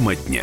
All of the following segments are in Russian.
Тема дня.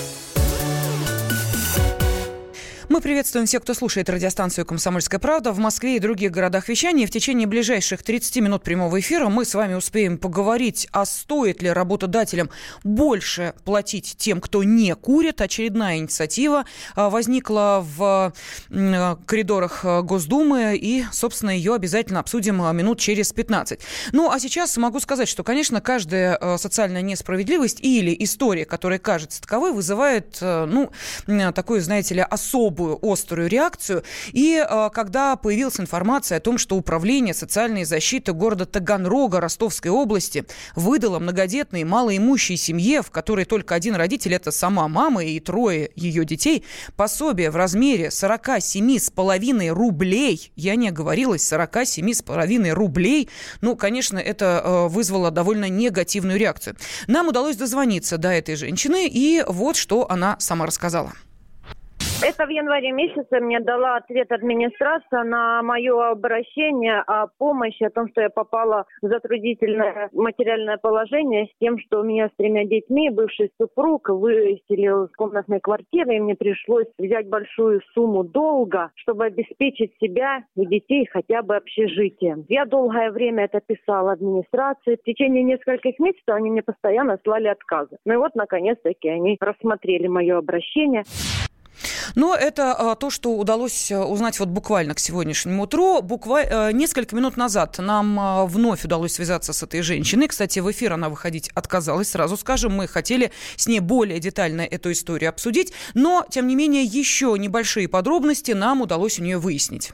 Мы приветствуем всех, кто слушает радиостанцию «Комсомольская правда» в Москве и других городах вещания. В течение ближайших 30 минут прямого эфира мы с вами успеем поговорить, а стоит ли работодателям больше платить тем, кто не курит. Очередная инициатива возникла в коридорах Госдумы, и, собственно, ее обязательно обсудим минут через 15. Ну, а сейчас могу сказать, что, конечно, каждая социальная несправедливость или история, которая кажется таковой, вызывает, такую, знаете ли, особую острую реакцию. И когда появилась информация о том, что Управление социальной защиты города Таганрога Ростовской области выдало многодетной малоимущей семье, в которой только один родитель, это сама мама и 3 ее детей, пособие в размере 47,5 рублей, я не оговорилась, 47,5 рублей, конечно, это вызвало довольно негативную реакцию. Нам удалось дозвониться до этой женщины, и вот что она сама рассказала. Это в январе месяце мне дала ответ администрация на мое обращение о помощи, о том, что я попала в затруднительное материальное положение с тем, что у меня с 3 детьми бывший супруг выселил из комнатной квартиры, и мне пришлось взять большую сумму долга, чтобы обеспечить себя и детей хотя бы общежитием. Я долгое время это писала администрации. В течение нескольких месяцев они мне постоянно слали отказы. Ну и вот, наконец-таки, они рассмотрели мое обращение. Но это то, что удалось узнать вот буквально к сегодняшнему утру. Несколько минут назад нам вновь удалось связаться с этой женщиной. Кстати, в эфир она выходить отказалась. Сразу скажем, мы хотели с ней более детально эту историю обсудить. Но, тем не менее, еще небольшие подробности нам удалось у нее выяснить.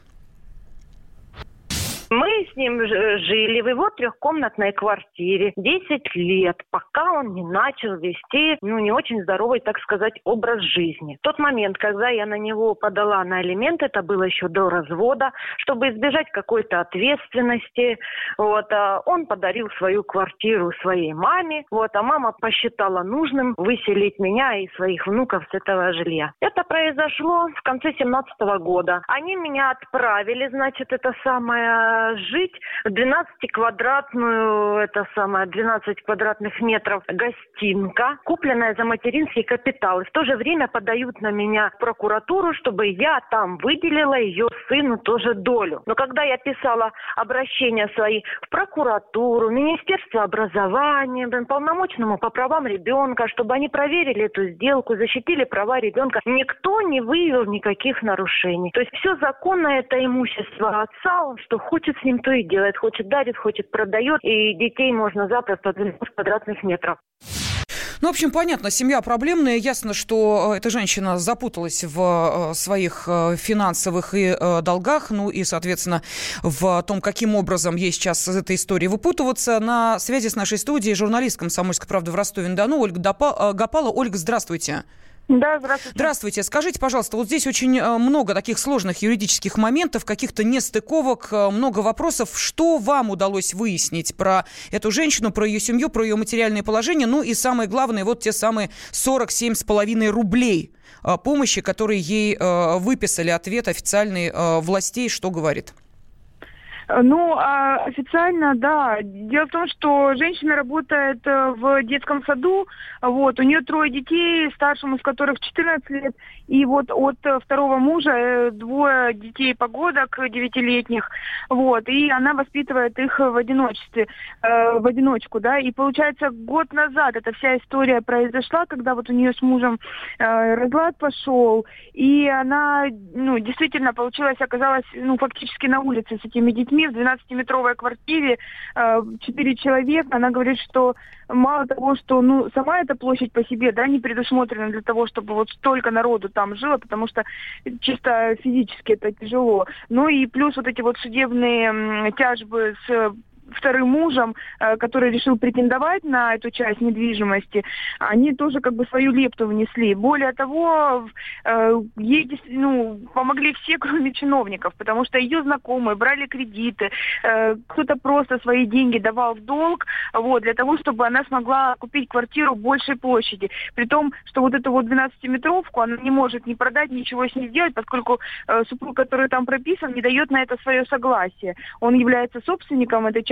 Мы с ним жили в его 3-комнатной квартире 10 лет, пока он не начал вести, не очень здоровый, так сказать, образ жизни. В тот момент, когда я на него подала на алименты, это было еще до развода, чтобы избежать какой-то ответственности, он подарил свою квартиру своей маме, а мама посчитала нужным выселить меня и своих внуков с этого жилья. Это произошло в конце 2017 года. Они меня отправили, жить в 12 квадратных метров гостинка, купленная за материнский капитал. И в то же время подают на меня в прокуратуру, чтобы я там выделила ее сыну тоже долю. Но когда я писала обращения свои в прокуратуру, Министерство образования, полномочному по правам ребенка, чтобы они проверили эту сделку, защитили права ребенка, никто не выявил никаких нарушений. То есть все законно, это имущество отца, он что хочет с ним, то и делает. Хочет дарит, хочет продает. И детей можно запросто 12 квадратных метров. В общем, понятно, семья проблемная. Ясно, что эта женщина запуталась в своих финансовых долгах, и, соответственно, в том, каким образом ей сейчас из этой истории выпутываться. На связи с нашей студией журналист «Комсомольской правды» в Ростове-на-Дону Ольга Гапала. Ольга, здравствуйте. Да, здравствуйте. Здравствуйте. Скажите, пожалуйста, вот здесь очень много таких сложных юридических моментов, каких-то нестыковок, много вопросов. Что вам удалось выяснить про эту женщину, про ее семью, про ее материальное положение? И самое главное, вот те самые 47,5 рублей помощи, которые ей выписали, ответ официальный властей, что говорит? Официально, да. Дело в том, что женщина работает в детском саду. У нее 3 детей, старшему из которых 14 лет. И от 2 мужа 2 детей погодок 9-летних. И она воспитывает их в одиночку, да. И получается, год назад эта вся история произошла, когда у нее с мужем разлад пошел. И она, действительно, оказалась фактически на улице с этими детьми. В 12-метровой квартире 4 человека. Она говорит, что мало того, что сама эта площадь по себе, да, не предусмотрена для того, чтобы столько народу там жило, потому что чисто физически это тяжело. И плюс эти судебные тяжбы с вторым мужем, который решил претендовать на эту часть недвижимости, они тоже свою лепту внесли. Более того, ей помогли все, кроме чиновников, потому что ее знакомые брали кредиты, кто-то просто свои деньги давал в долг, для того, чтобы она смогла купить квартиру большей площади. При том, что эту 12-метровку она не может ни продать, ничего с ней сделать, поскольку супруг, который там прописан, не дает на это свое согласие. Он является собственником этой части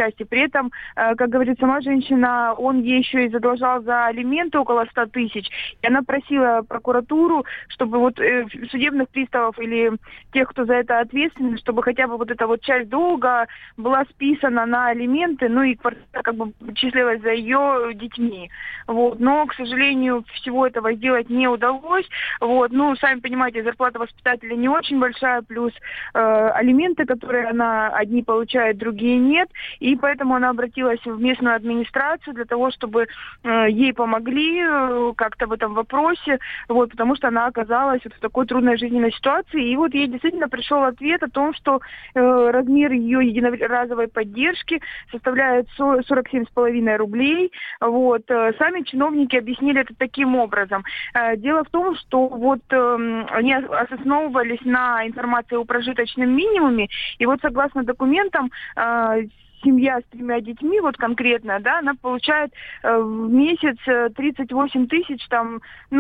части. При этом, как говорит сама женщина, он ей еще и задолжал за алименты около 100 тысяч. И она просила прокуратуру, чтобы вот судебных приставов или тех, кто за это ответственен, чтобы хотя бы вот эта вот часть долга была списана на алименты, ну и квартира как бы числилась за ее детьми. Вот. Но, к сожалению, всего этого сделать не удалось. Вот. Ну, сами понимаете, зарплата воспитателя не очень большая, плюс алименты, которые она одни получает, другие нет. И поэтому она обратилась в местную администрацию для того, чтобы ей помогли как-то в этом вопросе, вот, потому что она оказалась вот в такой трудной жизненной ситуации. И вот ей действительно пришел ответ о том, что размер ее единоразовой поддержки составляет 47,5 рублей. Вот. Сами чиновники объяснили это таким образом. Дело в том, что вот они основывались на информации о прожиточном минимуме, и вот согласно документам семья с 3 детьми, вот конкретно, да, она получает в месяц 38 тысяч, там,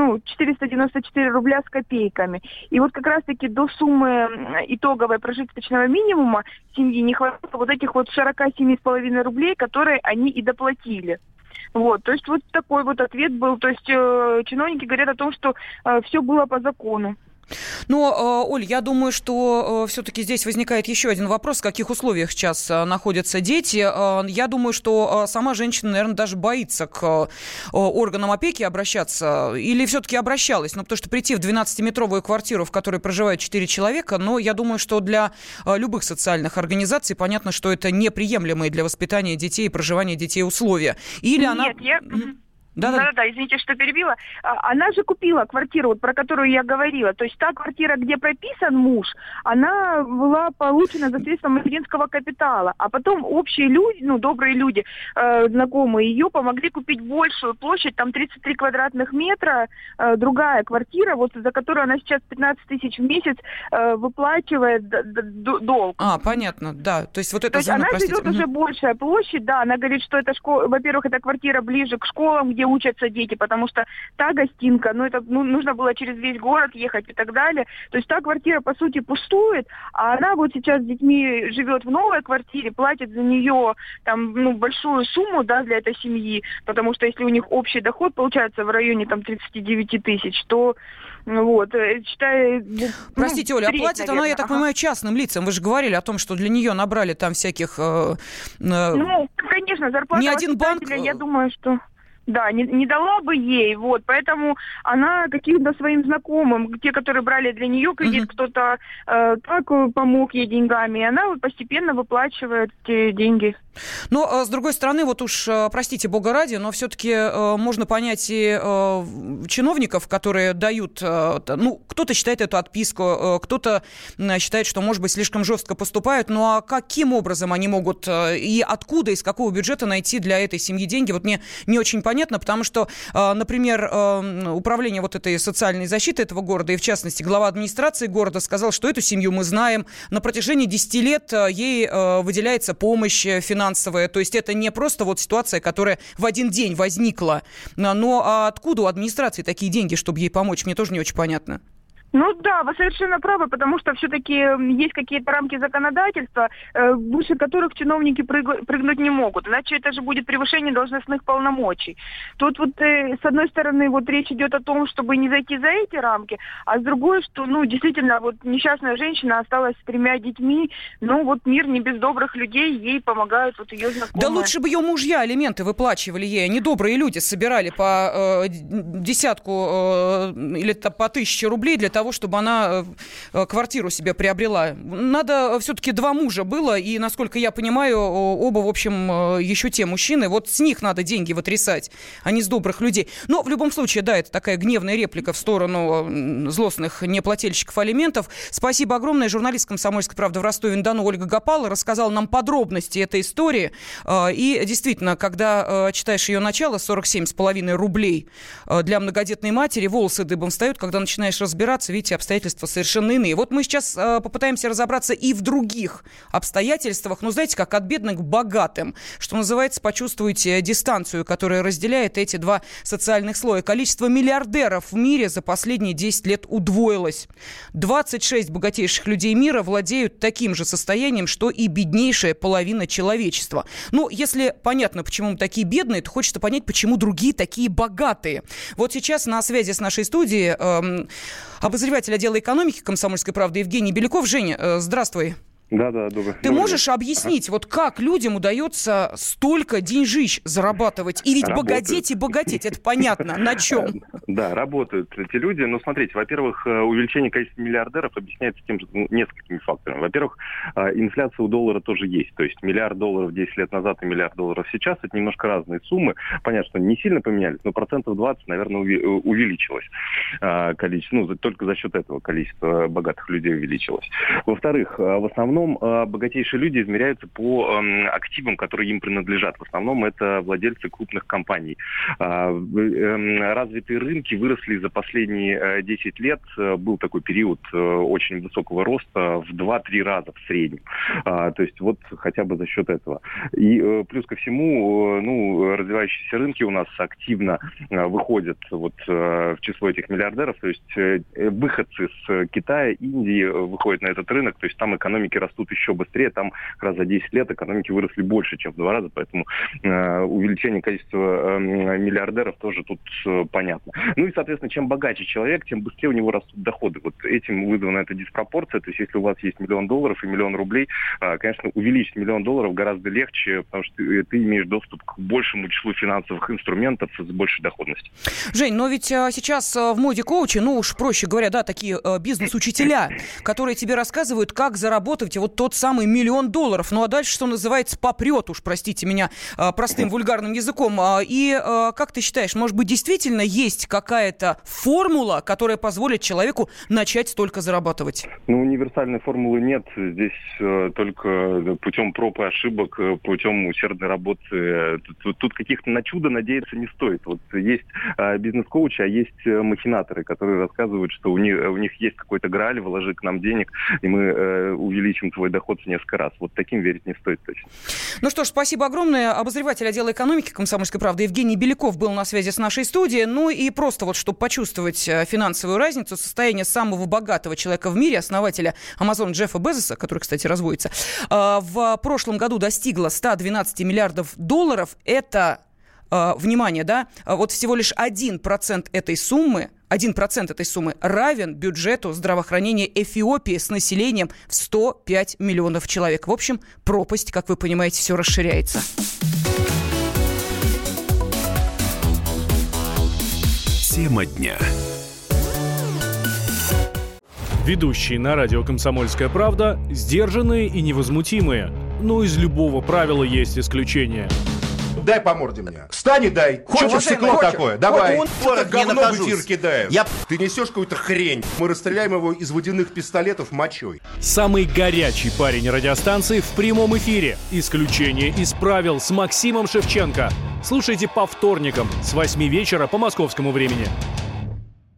494 рубля с копейками. И вот как раз-таки до суммы итоговой прожиточного минимума семьи не хватало вот этих вот 47,5 рублей, которые они и доплатили. Вот, то есть вот такой вот ответ был. То есть чиновники говорят о том, что все было по закону. Но, Оль, я думаю, что все-таки здесь возникает еще один вопрос, в каких условиях сейчас находятся дети. Я думаю, что сама женщина, наверное, даже боится к органам опеки обращаться. Или все-таки обращалась? Ну, потому что прийти в 12-метровую квартиру, в которой проживают 4 человека, но я думаю, что для любых социальных организаций понятно, что это неприемлемые для воспитания детей и проживания детей условия. Или она... Да, извините, что перебила. Она же купила квартиру, вот, про которую я говорила. То есть та квартира, где прописан муж, она была получена за средства материнского капитала. А потом общие люди, добрые люди, знакомые ее, помогли купить большую площадь, там 33 квадратных метра, другая квартира, вот за которую она сейчас 15 тысяч в месяц выплачивает долг. Понятно, да. То есть вот это... То есть она живет уже большая площадь, да, она говорит, что это во-первых, эта квартира ближе к школам, где учатся дети, потому что та гостинка, нужно было через весь город ехать и так далее. То есть та квартира, по сути, пустует, а она вот сейчас с детьми живет в новой квартире, платит за нее там, большую сумму, да, для этой семьи, потому что если у них общий доход получается в районе там 39 тысяч, то считай... Простите, Оля, платит она, я так понимаю, частным лицам. Вы же говорили о том, что для нее набрали там всяких... конечно, зарплата ни один банк... я думаю, что... Да, не дала бы ей, вот, поэтому она каким-то своим знакомым, те, которые брали для нее кредит, кто-то так помог ей деньгами, и она постепенно выплачивает эти деньги. Но, с другой стороны, вот уж, простите бога ради, но все-таки можно понять и чиновников, которые дают, кто-то считает эту отписку, кто-то считает, что, может быть, слишком жестко поступают, ну а каким образом они могут и откуда, из какого бюджета найти для этой семьи деньги, вот мне не очень понятно, потому что, например, управление вот этой социальной защиты этого города, и в частности глава администрации города сказал, что эту семью мы знаем, на протяжении 10 лет ей выделяется помощь финансовая, то есть это не просто вот ситуация, которая в один день возникла, но откуда у администрации такие деньги, чтобы ей помочь, мне тоже не очень понятно. Да, вы совершенно правы, потому что все-таки есть какие-то рамки законодательства, выше которых чиновники прыгнуть не могут. Иначе это же будет превышение должностных полномочий. Тут вот с одной стороны вот речь идет о том, чтобы не зайти за эти рамки, а с другой, что действительно вот несчастная женщина осталась с 3 детьми, мир не без добрых людей, ей помогают вот ее знакомые. Да лучше бы ее мужья алименты выплачивали ей, они добрые люди собирали по десятку или по 1000 рублей для того, чтобы она квартиру себе приобрела. Надо все-таки 2 мужа было, и, насколько я понимаю, оба, в общем, еще те мужчины. Вот с них надо деньги вытрясать, а не с добрых людей. Но в любом случае, да, это такая гневная реплика в сторону злостных неплательщиков алиментов. Спасибо огромное. Журналист «Комсомольской правды» в Ростове-на-Дону Ольга Гапалова рассказала нам подробности этой истории. И действительно, когда читаешь ее начало, 47,5 рублей для многодетной матери, волосы дыбом встают, когда начинаешь разбираться, оказывается, видите, обстоятельства совершенно иные. Вот мы сейчас попытаемся разобраться и в других обстоятельствах, но знаете, как от бедных к богатым. Что называется, почувствуйте дистанцию, которая разделяет эти два социальных слоя. Количество миллиардеров в мире за последние 10 лет удвоилось. 26 богатейших людей мира владеют таким же состоянием, что и беднейшая половина человечества. Ну, если понятно, почему мы такие бедные, то хочется понять, почему другие такие богатые. Вот сейчас на связи с нашей студией обозреватель отдела экономики «Комсомольской правды» Евгений Беляков. Женя, здравствуй. Да, добрый. Ты можешь объяснить, вот как людям удается столько деньжищ зарабатывать? И ведь богатеть и богатеть, это понятно. На чем? Да, работают эти люди. Но смотрите, во-первых, увеличение количества миллиардеров объясняется тем же несколькими факторами. Во-первых, инфляция у доллара тоже есть. То есть $1 миллиард 10 лет назад и $1 миллиард сейчас – это немножко разные суммы. Понятно, что не сильно поменялись, но 20%, наверное, увеличилось количество. Ну, только за счет этого количество богатых людей увеличилось. Во-вторых, в основном богатейшие люди измеряются по активам, которые им принадлежат. В основном это владельцы крупных компаний. Развитые рынки выросли за последние 10 лет. Был такой период очень высокого роста в 2-3 раза в среднем. То есть вот хотя бы за счет этого. И плюс ко всему, развивающиеся рынки у нас активно выходят вот в число этих миллиардеров. То есть выходцы с Китая, Индии выходят на этот рынок. То есть там экономики растут еще быстрее, там как раз за 10 лет экономики выросли больше, чем в 2 раза, поэтому увеличение количества миллиардеров тоже тут понятно. Ну и, соответственно, чем богаче человек, тем быстрее у него растут доходы. Вот этим вызвана эта диспропорция, то есть если у вас есть $1 миллион и $1 миллион рублей, конечно, увеличить $1 миллион гораздо легче, потому что ты имеешь доступ к большему числу финансовых инструментов с большей доходностью. Жень, но ведь сейчас в моде коучи, ну уж проще говоря, да, такие бизнес-учителя, которые тебе рассказывают, как заработать вот тот самый $1 миллион. Ну а дальше, что называется, попрет уж, простите меня, простым вульгарным языком. И как ты считаешь, может быть, действительно есть какая-то формула, которая позволит человеку начать столько зарабатывать? Ну, универсальной формулы нет. Здесь только путем проб и ошибок, путем усердной работы. Тут каких-то на чудо надеяться не стоит. Вот есть бизнес-коучи, а есть махинаторы, которые рассказывают, что у них есть какой-то грааль, вложи к нам денег, и мы увеличим твой доход в несколько раз. Вот таким верить не стоит точно. Ну что ж, спасибо огромное. Обозреватель отдела экономики «Комсомольской правды» Евгений Беляков был на связи с нашей студией. Ну и просто вот, чтобы почувствовать финансовую разницу, состояние самого богатого человека в мире, основателя Amazon Джеффа Безоса, который, кстати, разводится, в прошлом году достигло $112 миллиардов. Это, внимание, да, вот всего лишь 1% этой суммы равен бюджету здравоохранения Эфиопии с населением в 105 миллионов человек. В общем, пропасть, как вы понимаете, все расширяется. Тема дня. Ведущие на радио «Комсомольская правда» сдержанные и невозмутимые. Но из любого правила есть исключение. Дай по морде мне. Встань и дай. Хочешь стекло такое? Давай. Это говно в эфир кидаем. Ты несешь какую-то хрень. Мы расстреляем его из водяных пистолетов мочой. Самый горячий парень радиостанции в прямом эфире. Исключение из правил с Максимом Шевченко. Слушайте по вторникам с 8 вечера по московскому времени.